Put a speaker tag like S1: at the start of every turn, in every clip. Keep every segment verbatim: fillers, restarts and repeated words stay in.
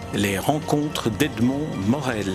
S1: Les rencontres d'Edmond Morel.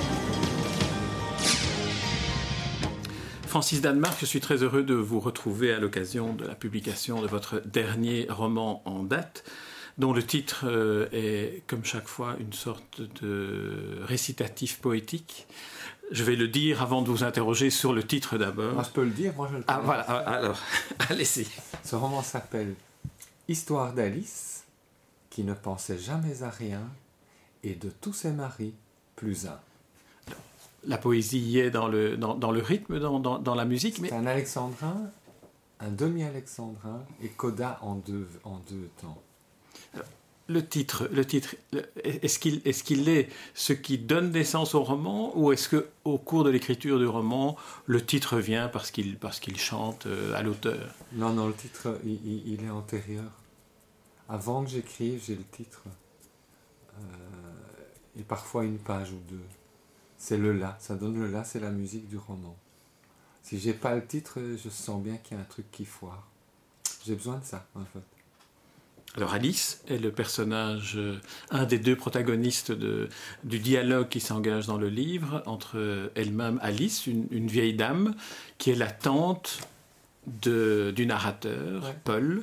S1: Francis Danemark, je suis très heureux de vous retrouver à l'occasion de la publication de votre dernier roman en date, dont le titre est, comme chaque fois, une sorte de récitatif poétique. Je vais le dire avant de vous interroger sur le titre d'abord.
S2: Moi, je peux le dire, moi je le connais.
S1: Ah voilà, alors, allez-y.
S2: Ce roman s'appelle « Histoire d'Alice, qui ne pensait jamais à rien, et de tous ses maris, plus un ».
S1: La poésie y est dans le, dans, dans le rythme, dans, dans, dans la musique.
S2: C'est
S1: mais...
S2: un alexandrin, un demi-alexandrin, et coda en deux, en deux temps.
S1: Alors, le titre, le titre est-ce qu'il, est-ce qu'il est ce qui donne naissance au roman, ou est-ce qu'au cours de l'écriture du roman, le titre vient parce qu'il, parce qu'il chante à l'auteur?
S2: Non, non, le titre, il, il, il est antérieur. Avant que j'écrive, j'ai le titre. Euh, et parfois une page ou deux. C'est le là, ça donne le là, c'est la musique du roman. Si j'ai pas le titre, je sens bien qu'il y a un truc qui foire. J'ai besoin de ça, en fait.
S1: Alors Alice est le personnage, un des deux protagonistes de, du dialogue qui s'engage dans le livre entre elle-même, Alice, une, une vieille dame, qui est la tante de, du narrateur, ouais. Paul.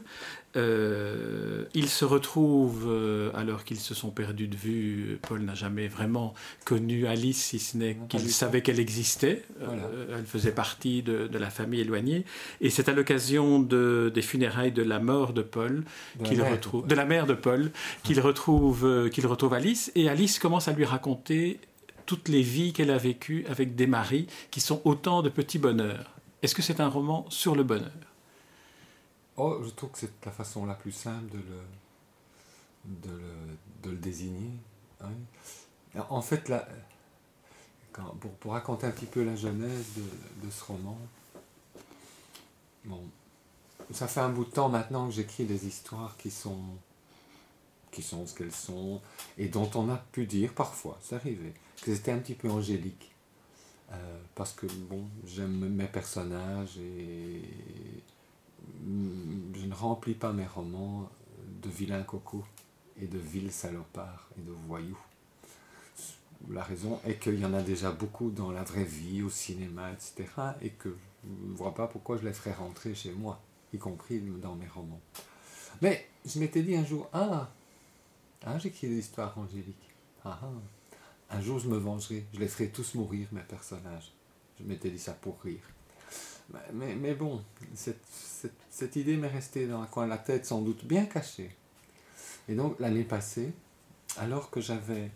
S1: Euh, ils se retrouvent, euh, alors qu'ils se sont perdus de vue. Paul n'a jamais vraiment connu Alice, si ce n'est non, qu'il savait qu'elle existait. Voilà. Euh, elle faisait partie de, de la famille éloignée. Et c'est à l'occasion de, des funérailles de la mort de Paul, de, qu'il la, retrouve, de, de la mère de Paul, qu'il retrouve, euh, qu'il retrouve Alice. Et Alice commence à lui raconter toutes les vies qu'elle a vécues avec des maris qui sont autant de petits bonheurs. Est-ce que c'est un roman sur le bonheur ?
S2: Oh, je trouve que c'est la façon la plus simple de le, de le, de le désigner. Hein. En fait, là, quand, pour, pour raconter un petit peu la genèse de, de ce roman, bon, ça fait un bout de temps maintenant que j'écris des histoires qui sont, qui sont ce qu'elles sont, et dont on a pu dire parfois, c'est arrivé, que c'était un petit peu angélique. Euh, parce que, bon, j'aime mes personnages et... je ne remplis pas mes romans de vilains cocos et de vils salopards et de voyous. La raison est qu'il y en a déjà beaucoup dans la vraie vie, au cinéma, et cetera, et que je ne vois pas pourquoi je les ferais rentrer chez moi, y compris dans mes romans. Mais je m'étais dit un jour, ah, ah j'écris des histoires angéliques. Ah, ah, un jour je me vengerai, je les ferai tous mourir, mes personnages. Je m'étais dit ça pour rire. Mais, mais bon, cette, cette, cette idée m'est restée dans un coin de la tête, sans doute bien cachée. Et donc, l'année passée, alors que j'avais,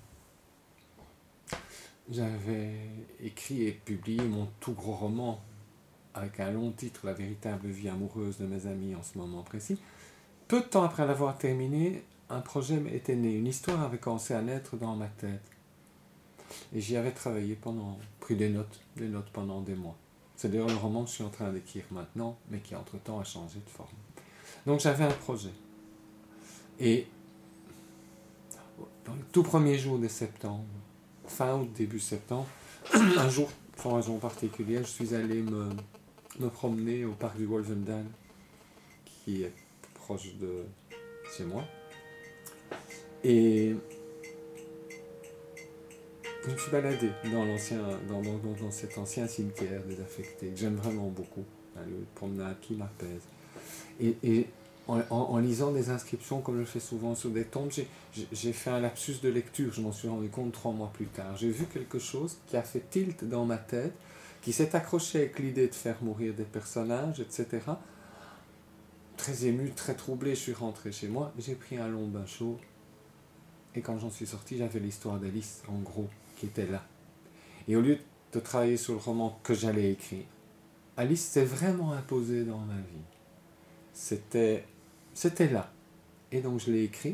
S2: j'avais écrit et publié mon tout gros roman, avec un long titre, La véritable vie amoureuse de mes amis en ce moment précis, peu de temps après l'avoir terminé, un projet était né, une histoire avait commencé à naître dans ma tête. Et j'y avais travaillé pendant, pris des notes, des notes pendant des mois. C'est d'ailleurs le roman que je suis en train d'écrire maintenant, mais qui entre-temps a changé de forme. Donc j'avais un projet. Et dans le tout premier jour de septembre, fin août, début septembre, un jour, pour une raison particulière, je suis allé me, me promener au parc du Wolvendal, qui est proche de chez moi. Et je me suis baladé dans, l'ancien, dans, dans, dans cet ancien cimetière désaffecté, que j'aime vraiment beaucoup, hein, le promenade qui m'apaise. Et, et en, en, en lisant des inscriptions, comme je le fais souvent sur des tombes, j'ai, j'ai fait un lapsus de lecture, je m'en suis rendu compte trois mois plus tard. J'ai vu quelque chose qui a fait tilt dans ma tête, qui s'est accroché avec l'idée de faire mourir des personnages, et cetera. Très ému, très troublé, je suis rentré chez moi, j'ai pris un long bain chaud, et quand j'en suis sorti, j'avais l'histoire d'Alice, en gros, qui était là. Et au lieu de travailler sur le roman que j'allais écrire, Alice s'est vraiment imposée dans ma vie. C'était, c'était là. Et donc je l'ai écrit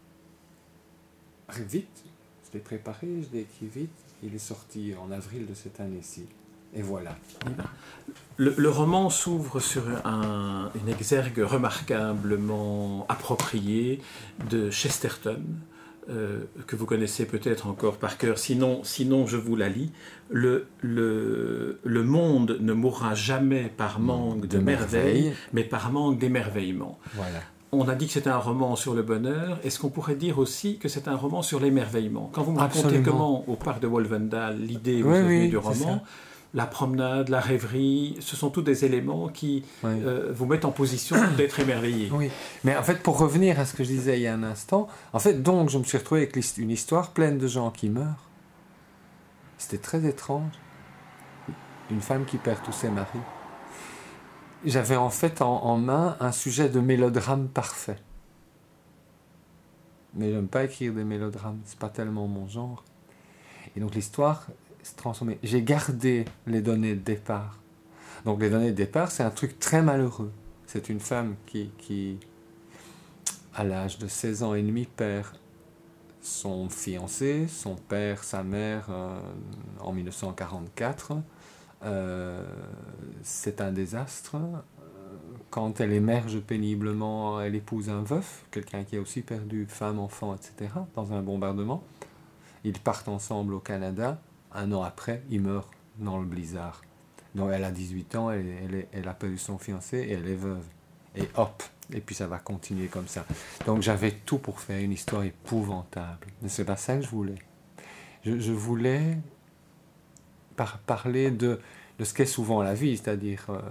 S2: vite, je l'ai préparé, je l'ai écrit vite, il est sorti en avril de cette année-ci. Et voilà.
S1: Le, le roman s'ouvre sur un, une exergue remarquablement appropriée de Chesterton, Euh, que vous connaissez peut-être encore par cœur, sinon, sinon je vous la lis. Le, le, le monde ne mourra jamais par manque de, de merveille, mais par manque d'émerveillement.
S2: Voilà.
S1: on a dit que c'était un roman sur le bonheur. Est-ce qu'on pourrait dire aussi que c'est un roman sur l'émerveillement? Quand vous me racontez
S2: Absolument.
S1: comment, au parc de Wolvendal, l'idée vous
S2: Oui,
S1: est venue
S2: oui,
S1: du
S2: c'est
S1: roman,
S2: ça.
S1: la promenade, la rêverie, ce sont tous des éléments qui
S2: Oui.
S1: euh, vous mettent en position d'être émerveillé.
S2: Oui, mais en fait, pour revenir à ce que je disais il y a un instant, en fait, donc, je me suis retrouvé avec une histoire pleine de gens qui meurent. C'était très étrange. Une femme qui perd tous ses maris. J'avais en fait en, en main un sujet de mélodrame parfait. Mais j'aime pas écrire des mélodrames, c'est pas tellement mon genre. Et donc l'histoire s'est transformée. J'ai gardé les données de départ. Donc les données de départ, c'est un truc très malheureux. C'est une femme qui, qui à l'âge de seize ans et demi, perd son fiancé, son père, sa mère euh, en mille neuf cent quarante-quatre. Euh, c'est un désastre. Quand elle émerge péniblement, elle épouse un veuf, quelqu'un qui a aussi perdu femme, enfant, et cetera, dans un bombardement. Ils partent ensemble au Canada. Un an après, il meurt dans le blizzard. Donc elle a dix-huit ans, elle, elle, est, elle a perdu son fiancé et elle est veuve. Et hop, et puis ça va continuer comme ça. Donc j'avais tout pour faire une histoire épouvantable. Mais c'est pas ça que je voulais. Je, je voulais par, parler de, de ce qu'est souvent la vie, c'est-à-dire euh,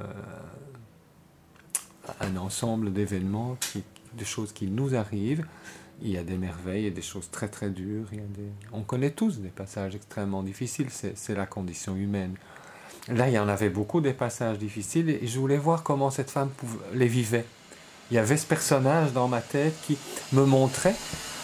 S2: un ensemble d'événements, qui, de choses qui nous arrivent. Il y a des merveilles et des choses très très dures. Il y a des... On connaît tous des passages extrêmement difficiles, c'est, c'est la condition humaine. Là, il y en avait beaucoup des passages difficiles et je voulais voir comment cette femme pouvait, les vivait. Il y avait ce personnage dans ma tête qui me montrait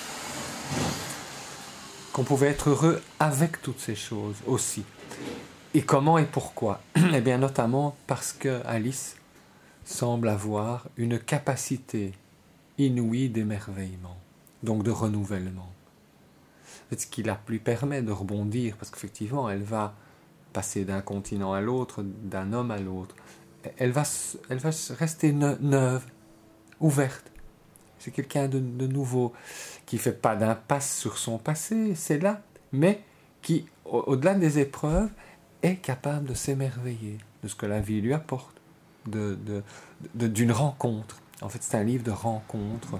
S2: qu'on pouvait être heureux avec toutes ces choses aussi. Et comment et pourquoi? Eh bien, notamment parce que Alice semble avoir une capacité inouïe d'émerveillement, donc de renouvellement. C'est ce qui la lui permet de rebondir, parce qu'effectivement, elle va passer d'un continent à l'autre, d'un homme à l'autre. Elle va, elle va rester neuve, ouverte. C'est quelqu'un de, de nouveau, qui ne fait pas d'impasse sur son passé, c'est là, mais qui, au, au-delà des épreuves, est capable de s'émerveiller de ce que la vie lui apporte, de, de, de, d'une rencontre. En fait, c'est un livre de rencontre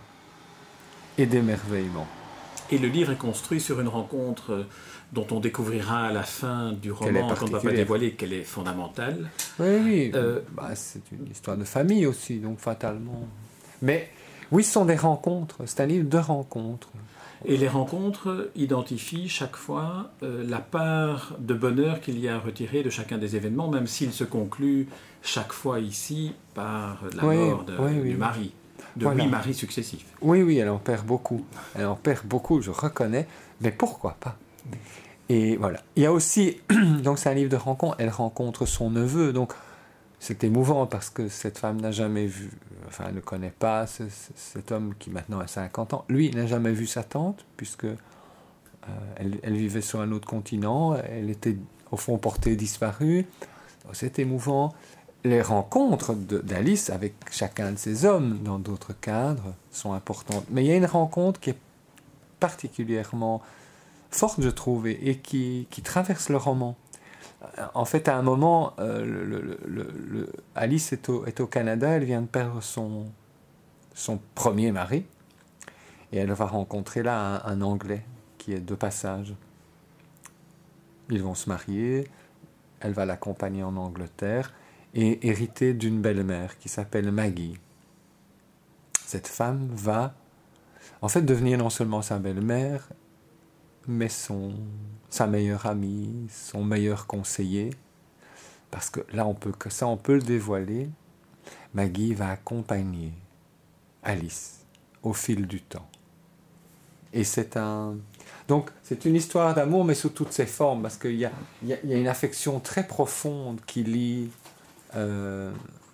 S2: et d'émerveillement.
S1: Et le livre est construit sur une rencontre dont on découvrira à la fin du roman, qu'on ne va pas dévoiler, qu'elle est fondamentale.
S2: Oui, oui. Euh, bah, c'est une histoire de famille aussi, donc fatalement. Mais oui, ce sont des rencontres. C'est un livre de rencontres.
S1: Et les rencontres identifient chaque fois euh, la part de bonheur qu'il y a à retirer de chacun des événements, même s'il se conclut chaque fois ici par la oui, mort de, oui, oui. du mari, de voilà. huit maris successifs.
S2: Oui, oui, elle en perd beaucoup. Elle en perd beaucoup, je reconnais, mais pourquoi pas? Et voilà. Il y a aussi, donc c'est un livre de rencontre, elle rencontre son neveu, donc c'est émouvant parce que cette femme n'a jamais vu, enfin elle ne connaît pas ce, cet homme qui maintenant a cinquante ans. Lui, il n'a jamais vu sa tante, puisque euh, elle, elle vivait sur un autre continent, elle était au fond portée disparue. Donc, c'est émouvant. Les rencontres de, d'Alice avec chacun de ces hommes dans d'autres cadres sont importantes. Mais il y a une rencontre qui est particulièrement forte, je trouve, et, et qui, qui traverse le roman. En fait, à un moment, euh, le, le, le, le, Alice est au, est au Canada, elle vient de perdre son, son premier mari, et elle va rencontrer là un, un Anglais qui est de passage. Ils vont se marier, elle va l'accompagner en Angleterre, et hériter d'une belle-mère qui s'appelle Maggie. Cette femme va, en fait, devenir non seulement sa belle-mère, mais son, sa meilleure amie, son meilleur conseiller, parce que là, on peut, que ça, on peut le dévoiler. Maggie va accompagner Alice au fil du temps. Et c'est un... Donc, c'est une histoire d'amour, mais sous toutes ses formes, parce qu'il y a, il y a, il y a une affection très profonde qui lie euh,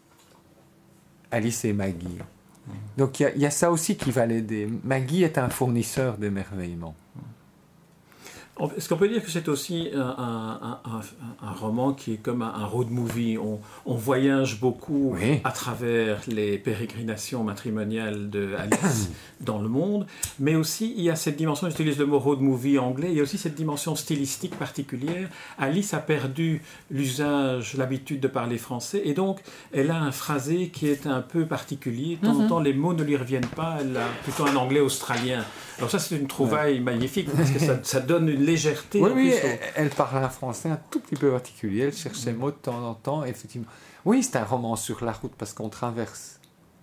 S2: Alice et Maggie. Donc, il y a, il y a ça aussi qui va l'aider. Maggie est un fournisseur d'émerveillement.
S1: Est-ce qu'on peut dire que c'est aussi un, un, un, un roman qui est comme un, un road movie? On, on voyage beaucoup
S2: oui.
S1: à travers les pérégrinations matrimoniales de Alice dans le monde, mais aussi il y a cette dimension, j'utilise le mot road movie anglais, il y a aussi cette dimension stylistique particulière. Alice a perdu l'usage, l'habitude de parler français, et donc elle a un phrasé qui est un peu particulier. De temps en temps, les mots ne lui reviennent pas, elle a plutôt un anglais australien. Alors ça, c'est une trouvaille ouais. magnifique, parce que ça, ça donne une légèreté.
S2: Oui,
S1: en
S2: oui,
S1: plus,
S2: elle, elle parle un français un tout petit peu particulier, elle cherche ses mots de temps en temps, effectivement. Oui, c'est un roman sur la route, parce qu'on traverse.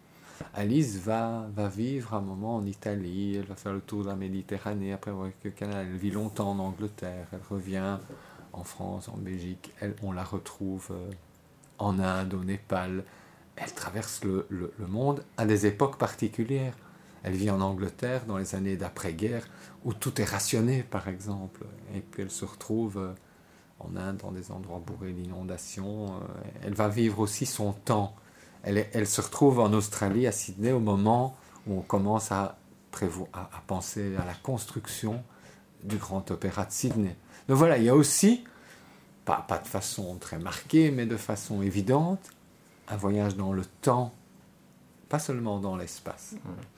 S2: Alice va, va vivre un moment en Italie, elle va faire le tour de la Méditerranée, après avec le canal, elle vit longtemps en Angleterre, elle revient en France, en Belgique, elle, on la retrouve euh, en Inde, au Népal. Elle traverse le, le, le monde à des époques particulières. Elle vit en Angleterre dans les années d'après-guerre où tout est rationné, par exemple. Et puis elle se retrouve en Inde dans des endroits bourrés d'inondations. Elle va vivre aussi son temps. Elle, est, elle se retrouve en Australie, à Sydney, au moment où on commence à, prévo- à, à penser à la construction du grand opéra de Sydney. Donc voilà, il y a aussi, pas, pas de façon très marquée, mais de façon évidente, un voyage dans le temps, pas seulement dans l'espace.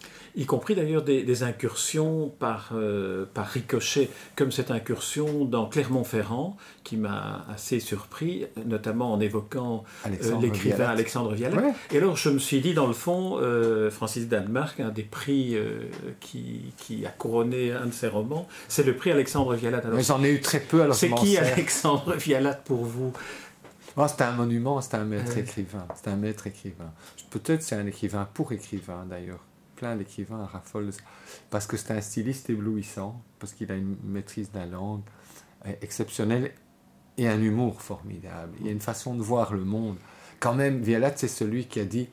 S1: Y compris d'ailleurs des, des incursions par, euh, par ricochet, comme cette incursion dans Clermont-Ferrand, qui m'a assez surpris, notamment en évoquant euh, l'écrivain Vialat. Alexandre Vialat. Ouais. Et alors je me suis dit, dans le fond, euh, Francis Danemark, un des prix euh, qui, qui a couronné un de ses romans, c'est le prix Alexandre Vialat. Alors,
S2: mais j'en ai eu très peu, alors
S1: c'est qui Alexandre Vialat pour vous?
S2: Oh, c'est un monument, c'est un maître ouais. écrivain. C'est un maître écrivain. Peut-être c'est un écrivain pour écrivain d'ailleurs. Plein d'écrivains raffolent de ça. Parce que c'est un styliste éblouissant, parce qu'il a une maîtrise de la langue exceptionnelle et un humour formidable. Il y a une façon de voir le monde. Quand même, Vialat, c'est celui qui a dit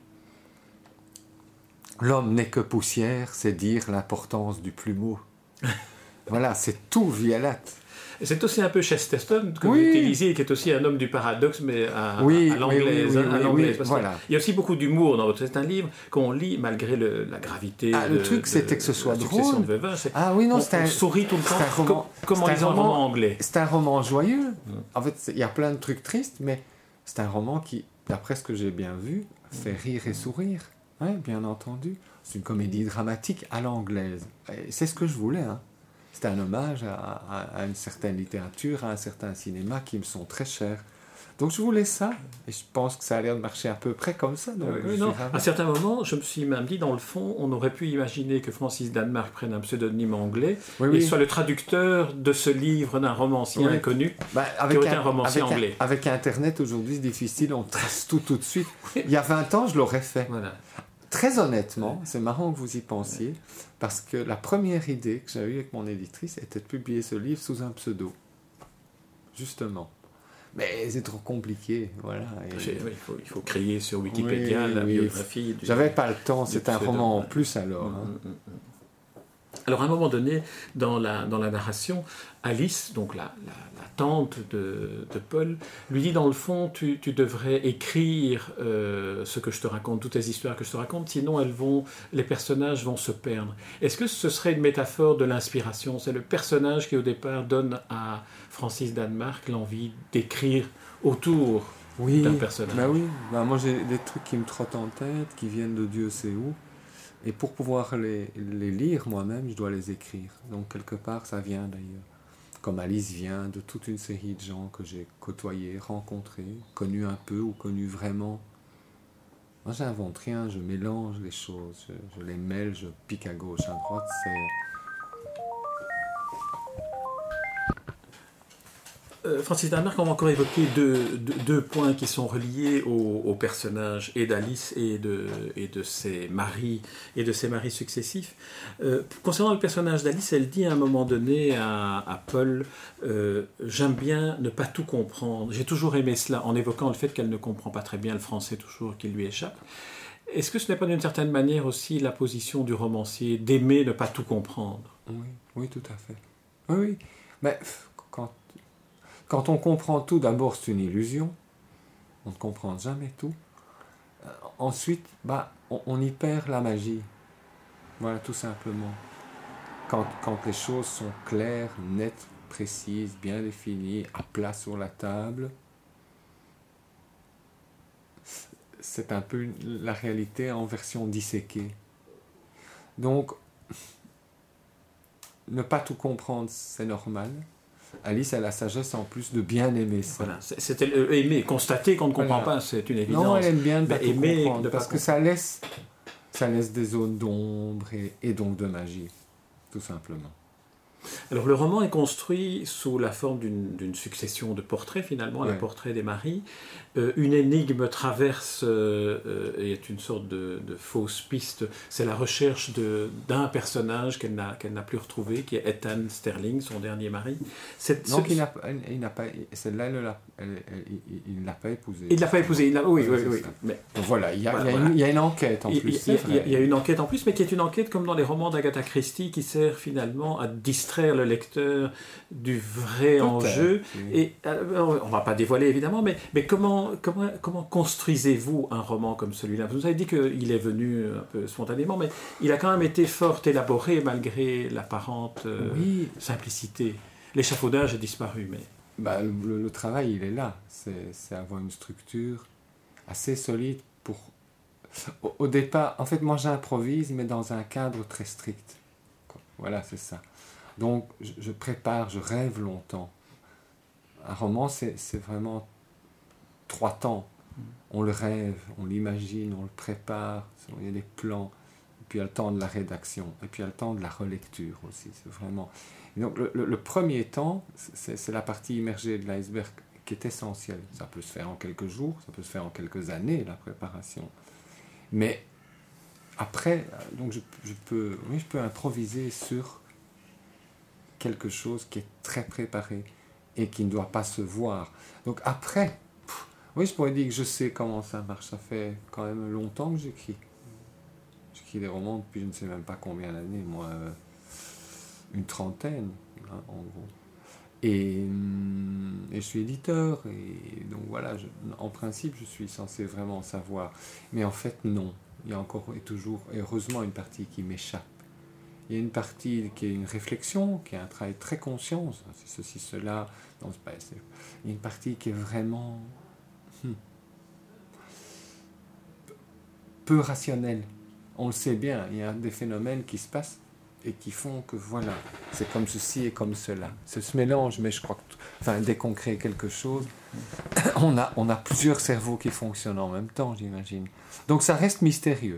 S2: « L'homme n'est que poussière, c'est dire l'importance du plumeau. » Voilà, c'est tout Vialat.
S1: C'est aussi un peu Chesterton que
S2: oui.
S1: vous utilisez, qui est aussi un homme du paradoxe, mais à,
S2: oui,
S1: à l'anglaise.
S2: Oui, oui, oui,
S1: à l'anglaise
S2: oui, voilà.
S1: Il y a aussi beaucoup d'humour dans votre... C'est un livre qu'on lit malgré le, la gravité.
S2: Ah, le
S1: de,
S2: truc,
S1: de,
S2: c'était que ce soit drôle.
S1: De Vevin,
S2: ah oui, non,
S1: on,
S2: c'est un...
S1: on sourit tout le temps,
S2: un roman,
S1: comme en lisant un roman anglais.
S2: C'est un roman joyeux. Mm. En fait, il y a plein de trucs tristes, mais c'est un roman qui, d'après ce que j'ai bien vu, fait rire et sourire. Ouais, bien entendu. C'est une comédie dramatique à l'anglaise. Et c'est ce que je voulais, hein. C'est un hommage à, à, à une certaine littérature, à un certain cinéma qui me sont très chers. Donc je voulais ça, et je pense que ça a l'air de marcher à peu près comme ça. Donc
S1: euh, non, à certains moments, je me suis même dit, dans le fond, on aurait pu imaginer que Francis Danemark prenne un pseudonyme anglais oui, et oui. soit le traducteur de ce livre d'un romancier oui. inconnu,
S2: bah, avec
S1: qui est
S2: un,
S1: un romancier
S2: avec
S1: anglais.
S2: Un, avec Internet, aujourd'hui, c'est difficile, on trace tout tout de suite. Il y a vingt ans, je l'aurais fait.
S1: Voilà.
S2: Très honnêtement, c'est marrant que vous y pensiez, parce que la première idée que j'ai eue avec mon éditrice était de publier ce livre sous un pseudo. Justement. Mais c'est trop compliqué, voilà. Et...
S1: Oui, il, faut, il faut créer sur Wikipédia oui, la oui, biographie. Du,
S2: J'avais pas le temps, c'est un roman en plus alors.
S1: Mmh,
S2: hein.
S1: mmh, mmh. Alors à un moment donné, dans la, dans la narration, Alice, donc la, la, la tante de, de Paul, lui dit dans le fond, tu, tu devrais écrire euh, ce que je te raconte, toutes les histoires que je te raconte, sinon elles vont, les personnages vont se perdre. Est-ce que ce serait une métaphore de l'inspiration? C'est le personnage qui au départ donne à Francis Danemark l'envie d'écrire autour
S2: oui,
S1: d'un personnage.
S2: Bah oui, bah moi j'ai des trucs qui me trottent en tête, qui viennent de Dieu sait où. Et pour pouvoir les, les lire moi-même, je dois les écrire. Donc quelque part, ça vient d'ailleurs. Comme Alice vient de toute une série de gens que j'ai côtoyés, rencontrés, connus un peu ou connus vraiment. Moi, j'invente rien, je mélange les choses, je, je les mêle, je pique à gauche, à droite. C'est...
S1: Euh, Francis Danemark, on va encore évoquer deux, deux, deux points qui sont reliés au, au personnage et d'Alice et de, et de ses maris et de ses maris successifs. Euh, concernant le personnage d'Alice, elle dit à un moment donné à, à Paul euh, « J'aime bien ne pas tout comprendre. J'ai toujours aimé cela », en évoquant le fait qu'elle ne comprend pas très bien le français toujours, qu'il lui échappe. Est-ce que ce n'est pas d'une certaine manière aussi la position du romancier d'aimer ne pas tout comprendre?
S2: Oui, oui, tout à fait. Oui, oui. Mais quand Quand on comprend tout, d'abord c'est une illusion. On ne comprend jamais tout. Euh, ensuite, bah, on, on y perd la magie. Voilà, tout simplement. Quand, quand les choses sont claires, nettes, précises, bien définies, à plat sur la table. C'est un peu la réalité en version disséquée. Donc, ne pas tout comprendre, c'est normal. Alice a la sagesse en plus de bien aimer ça.
S1: Voilà, c'était aimer, constater qu'on ne comprend
S2: Voilà.
S1: pas, c'est une évidence.
S2: Non, elle aime bien ne pas tout
S1: aimer,
S2: comprendre,
S1: de
S2: parce
S1: pas
S2: que ça laisse, ça laisse des zones d'ombre et, et donc de magie, tout simplement.
S1: Alors le roman est construit sous la forme d'une, d'une succession de portraits finalement, ouais. Le portrait des maris. Euh, une énigme traverse euh, euh, et est une sorte de, de fausse piste. C'est la recherche de, d'un personnage qu'elle n'a, qu'elle n'a plus retrouvé, qui est Ethan Sterling, son dernier mari.
S2: Cette, Donc ce... il, n'a, il n'a pas, celle-là, elle, elle, elle, elle, il ne l'a pas épousée.
S1: Il ne l'a pas épousée, il l'a, oui, oui, oui. oui.
S2: Mais, Donc voilà, il y, a, voilà, il, y a une, il y a une enquête en
S1: il,
S2: plus.
S1: Il, il, il y a une enquête en plus, mais qui est une enquête comme dans les romans d'Agatha Christie, qui sert finalement à distraire le lecteur du vrai Peut-être, enjeu. Oui. Et alors, on ne va pas dévoiler évidemment, mais, mais comment, comment, comment construisez-vous un roman comme celui-là? Vous avez dit qu'il est venu un peu spontanément, mais il a quand même été fort élaboré malgré l'apparente euh, oui. simplicité. L'échafaudage a disparu, mais...
S2: Bah, le, le travail, il est là. C'est, c'est avoir une structure assez solide pour... Au, au départ, en fait, moi j'improvise, mais dans un cadre très strict. Voilà, c'est ça. Donc, je, je prépare, je rêve longtemps. Un roman, c'est, c'est vraiment trois temps. On le rêve, on l'imagine, on le prépare, il y a des plans, et puis il y a le temps de la rédaction, et puis il y a le temps de la relecture aussi. C'est vraiment... Et donc, le, le, le premier temps, c'est, c'est la partie immergée de l'iceberg qui est essentielle. Ça peut se faire en quelques jours, ça peut se faire en quelques années, la préparation. Mais après, donc je, je, peux, oui, je peux improviser sur quelque chose qui est très préparé et qui ne doit pas se voir. Donc après, pff, oui, je pourrais dire que je sais comment ça marche. Ça fait quand même longtemps que j'écris. J'écris des romans depuis je ne sais même pas combien d'années, moi, euh, une trentaine, hein, en gros. Et, et je suis éditeur, et donc voilà, je, en principe, je suis censé vraiment savoir. Mais en fait, non. Il y a encore et toujours, et heureusement, une partie qui m'échappe. Il y a une partie qui est une réflexion, qui est un travail très conscient, c'est ceci, cela. Non, c'est pas, c'est... Il y a une partie qui est vraiment hmm, peu rationnelle. On le sait bien, il y a des phénomènes qui se passent et qui font que voilà, c'est comme ceci et comme cela. C'est ce mélange, mais je crois que, enfin, dès qu'on crée quelque chose, on a, on a plusieurs cerveaux qui fonctionnent en même temps, j'imagine. Donc ça reste mystérieux.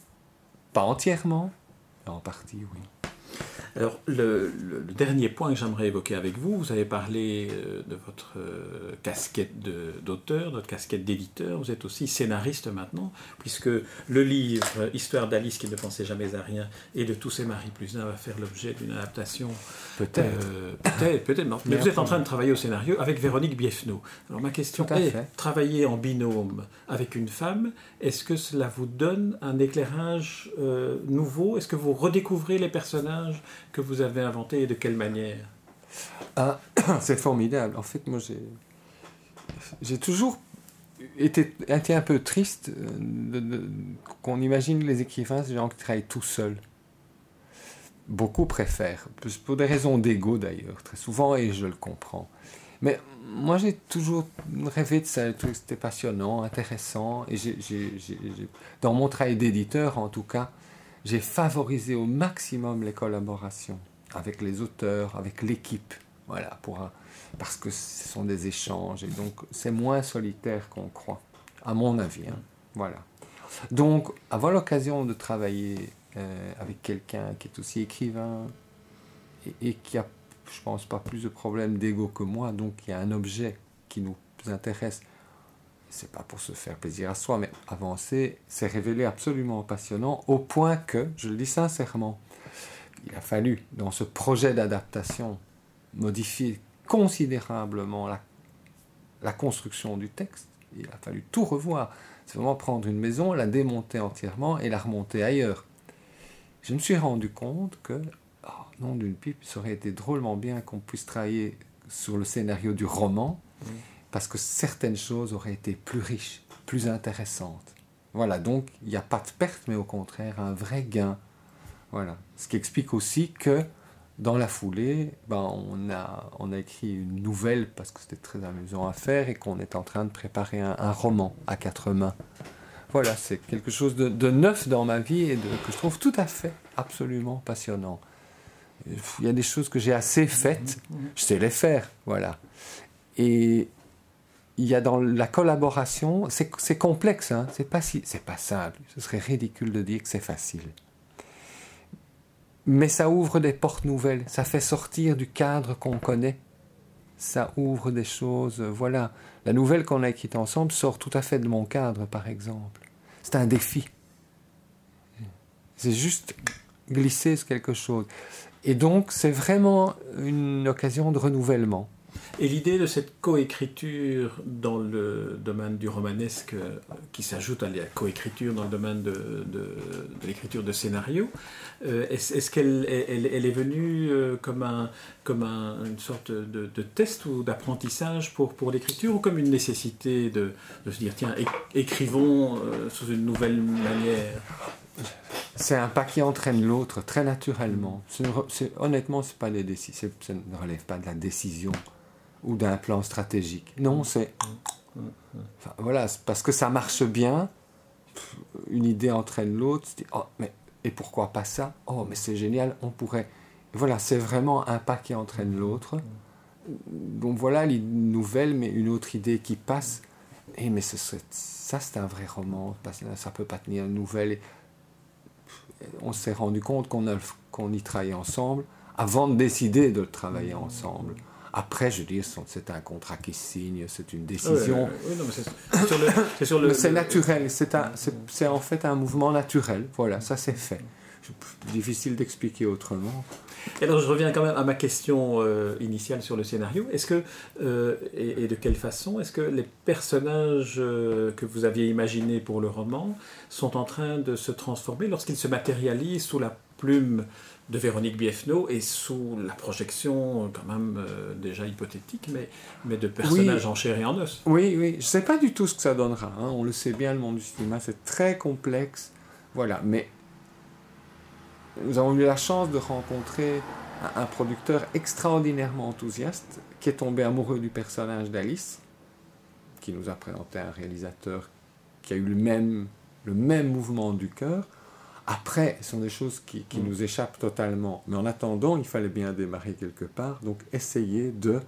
S2: Pas entièrement, en partie, oui.
S1: Alors, le, le, le dernier point que j'aimerais évoquer avec vous, vous avez parlé euh, de votre euh, casquette de, d'auteur, de votre casquette d'éditeur. Vous êtes aussi scénariste maintenant, puisque le livre « Histoire d'Alice qui ne pensait jamais à rien » et de « Tous ses maris plus un » va faire l'objet d'une adaptation.
S2: Peut-être. Euh,
S1: peut-être, peut-être. Mais, mais vous êtes en train de travailler au scénario avec Véronique Biefno. Alors, ma question est, fait. Travailler en binôme avec une femme, est-ce que cela vous donne un éclairage euh, nouveau? Est-ce que vous redécouvrez les personnages que vous avez inventés et de quelle manière?
S2: Ah, c'est formidable. En fait, moi, j'ai, j'ai toujours été, été un peu triste de, de, qu'on imagine les écrivains, ces gens qui travaillent tout seuls. Beaucoup préfèrent, pour des raisons d'ego d'ailleurs, très souvent, et je le comprends. Mais moi, j'ai toujours rêvé de ça, c'était passionnant, intéressant, et j'ai, j'ai, j'ai, j'ai, dans mon travail d'éditeur, en tout cas, j'ai favorisé au maximum les collaborations avec les auteurs, avec l'équipe, voilà, pour un, parce que ce sont des échanges, et donc c'est moins solitaire qu'on croit, à mon avis. Hein, voilà. Donc, avoir l'occasion de travailler euh, avec quelqu'un qui est aussi écrivain et, et qui a, je pense, pas plus de problèmes d'ego que moi, donc il y a un objet qui nous intéresse. C'est pas pour se faire plaisir à soi, mais avancer, c'est révélé absolument passionnant, au point que, je le dis sincèrement, il a fallu, dans ce projet d'adaptation, modifier considérablement la, la construction du texte. Il a fallu tout revoir. C'est vraiment prendre une maison, la démonter entièrement et la remonter ailleurs. Je me suis rendu compte que, oh, nom d'une pipe, ça aurait été drôlement bien qu'on puisse travailler sur le scénario du roman, mmh. parce que certaines choses auraient été plus riches, plus intéressantes. Voilà, donc il n'y a pas de perte, mais au contraire, un vrai gain. Voilà. Ce qui explique aussi qu'il dans la foulée, ben, on, a, on a écrit une nouvelle parce que c'était très amusant à faire et qu'on est en train de préparer un, un roman à quatre mains. Voilà, c'est quelque chose de, de neuf dans ma vie et de, que je trouve tout à fait, absolument passionnant. Il y a des choses que j'ai assez faites, je sais les faire, voilà. Et il y a dans la collaboration, c'est, c'est complexe, hein, c'est pas si, c'est pas simple. Ce serait ridicule de dire que c'est facile. Mais ça ouvre des portes nouvelles, ça fait sortir du cadre qu'on connaît. Ça ouvre des choses, voilà. La nouvelle qu'on a écrite ensemble sort tout à fait de mon cadre, par exemple. C'est un défi. C'est juste glisser sur quelque chose. Et donc, c'est vraiment une occasion de renouvellement.
S1: Et l'idée de cette coécriture dans le domaine du romanesque, euh, qui s'ajoute à la coécriture dans le domaine de, de, de l'écriture de scénario, euh, est-ce, est-ce qu'elle elle, elle est venue euh, comme, un, comme un, une sorte de, de test ou d'apprentissage pour, pour l'écriture, ou comme une nécessité de, de se dire, tiens, é- écrivons euh, sous une nouvelle manière?
S2: C'est un pas qui entraîne l'autre très naturellement. C'est, c'est, honnêtement, c'est pas des déci- c'est, ça ne relève pas de la décision ou d'un plan stratégique. Non, c'est... Enfin, voilà, c'est parce que ça marche bien, une idée entraîne l'autre, tu dis, oh, mais, et pourquoi pas ça? Oh, mais c'est génial, on pourrait... Voilà, c'est vraiment un pas qui entraîne l'autre. Donc voilà, une nouvelle, mais une autre idée qui passe. Et mais ce serait, ça, c'est un vrai roman, ça peut pas tenir une nouvelle... On s'est rendu compte qu'on, a, qu'on y travaillait ensemble avant de décider de travailler ensemble. Après, je veux dire, c'est un contrat qui se signe, c'est une décision.
S1: Oui, oui, oui, non, mais c'est, sur le, c'est, sur le,
S2: c'est
S1: le...
S2: naturel, c'est, un, c'est, c'est en fait un mouvement naturel. Voilà, ça c'est fait. C'est difficile d'expliquer autrement.
S1: Et alors, je reviens quand même à ma question euh, initiale sur le scénario. Est-ce que, euh, et, et de quelle façon, est-ce que les personnages euh, que vous aviez imaginés pour le roman sont en train de se transformer lorsqu'ils se matérialisent sous la plume de Véronique Biefno et sous la projection, quand même euh, déjà hypothétique, mais, mais de personnages oui. en chair et en os?
S2: Oui, oui. Je ne sais pas du tout ce que ça donnera. Hein. On le sait bien, le monde du cinéma, c'est très complexe. Voilà, mais nous avons eu la chance de rencontrer un, un producteur extraordinairement enthousiaste qui est tombé amoureux du personnage d'Alice, qui nous a présenté un réalisateur qui a eu le même, le même mouvement du cœur. Après, ce sont des choses qui, qui mmh. nous échappent totalement. Mais en attendant, il fallait bien démarrer quelque part. Donc, essayer de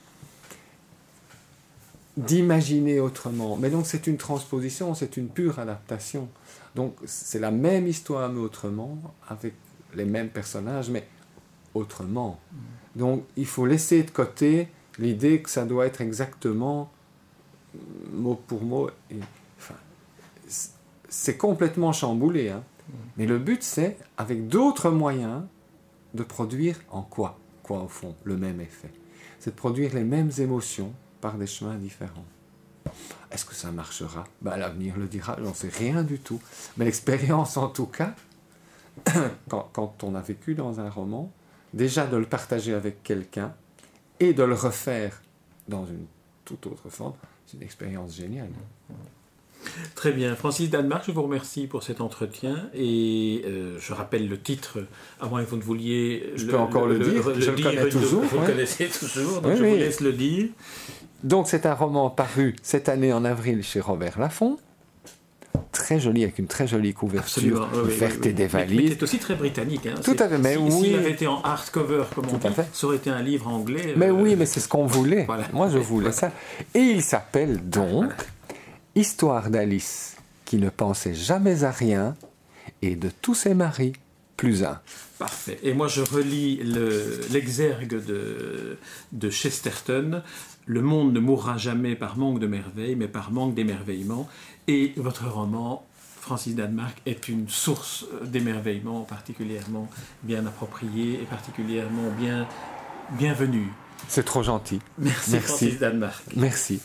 S2: d'imaginer autrement. Mais donc, c'est une transposition, c'est une pure adaptation. Donc, c'est la même histoire, mais autrement, avec les mêmes personnages, mais autrement. Mmh. Donc, il faut laisser de côté l'idée que ça doit être exactement mot pour mot. Et, enfin, c'est complètement chamboulé, hein. Mais le but, c'est, avec d'autres moyens, de produire en quoi? Quoi, au fond? Le même effet. C'est de produire les mêmes émotions par des chemins différents. Est-ce que ça marchera? Ben, l'avenir le dira, j'en sais rien du tout. Mais l'expérience, en tout cas, quand, quand on a vécu dans un roman, déjà de le partager avec quelqu'un et de le refaire dans une toute autre forme, c'est une expérience géniale.
S1: Très bien. Francis Danemark, je vous remercie pour cet entretien et euh, je rappelle le titre, à moins que vous ne vouliez...
S2: Je
S1: le,
S2: peux encore le, le dire, le, je le, le connais toujours.
S1: Vous
S2: ouais.
S1: le connaissez toujours, donc
S2: oui,
S1: je
S2: oui.
S1: vous laisse le dire.
S2: Donc c'est un roman paru cette année en avril chez Robert Laffont, très joli, avec une très jolie couverture
S1: oui,
S2: verte
S1: oui, oui.
S2: et des valises.
S1: Mais, mais c'est aussi très britannique. Hein.
S2: Tout à fait, mais
S1: si,
S2: oui.
S1: S'il avait été en hardcover, comme on
S2: Tout
S1: dit, ça aurait été un livre anglais.
S2: Mais
S1: euh...
S2: oui, mais c'est ce qu'on voulait.
S1: Voilà.
S2: Moi, je voulais ça. Et il s'appelle donc Histoire d'Alice, qui ne pensait jamais à rien, et de tous ses maris, plus un.
S1: Parfait. Et moi, je relis le, l'exergue de, de Chesterton. Le monde ne mourra jamais par manque de merveilles, mais par manque d'émerveillement. Et votre roman, Francis Danemark, est une source d'émerveillement particulièrement bien appropriée et particulièrement bien bienvenue.
S2: C'est trop gentil.
S1: Merci,
S2: Merci.
S1: Francis Danemark.
S2: Merci.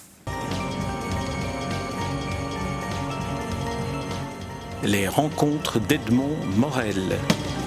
S3: Les rencontres d'Edmond Morel.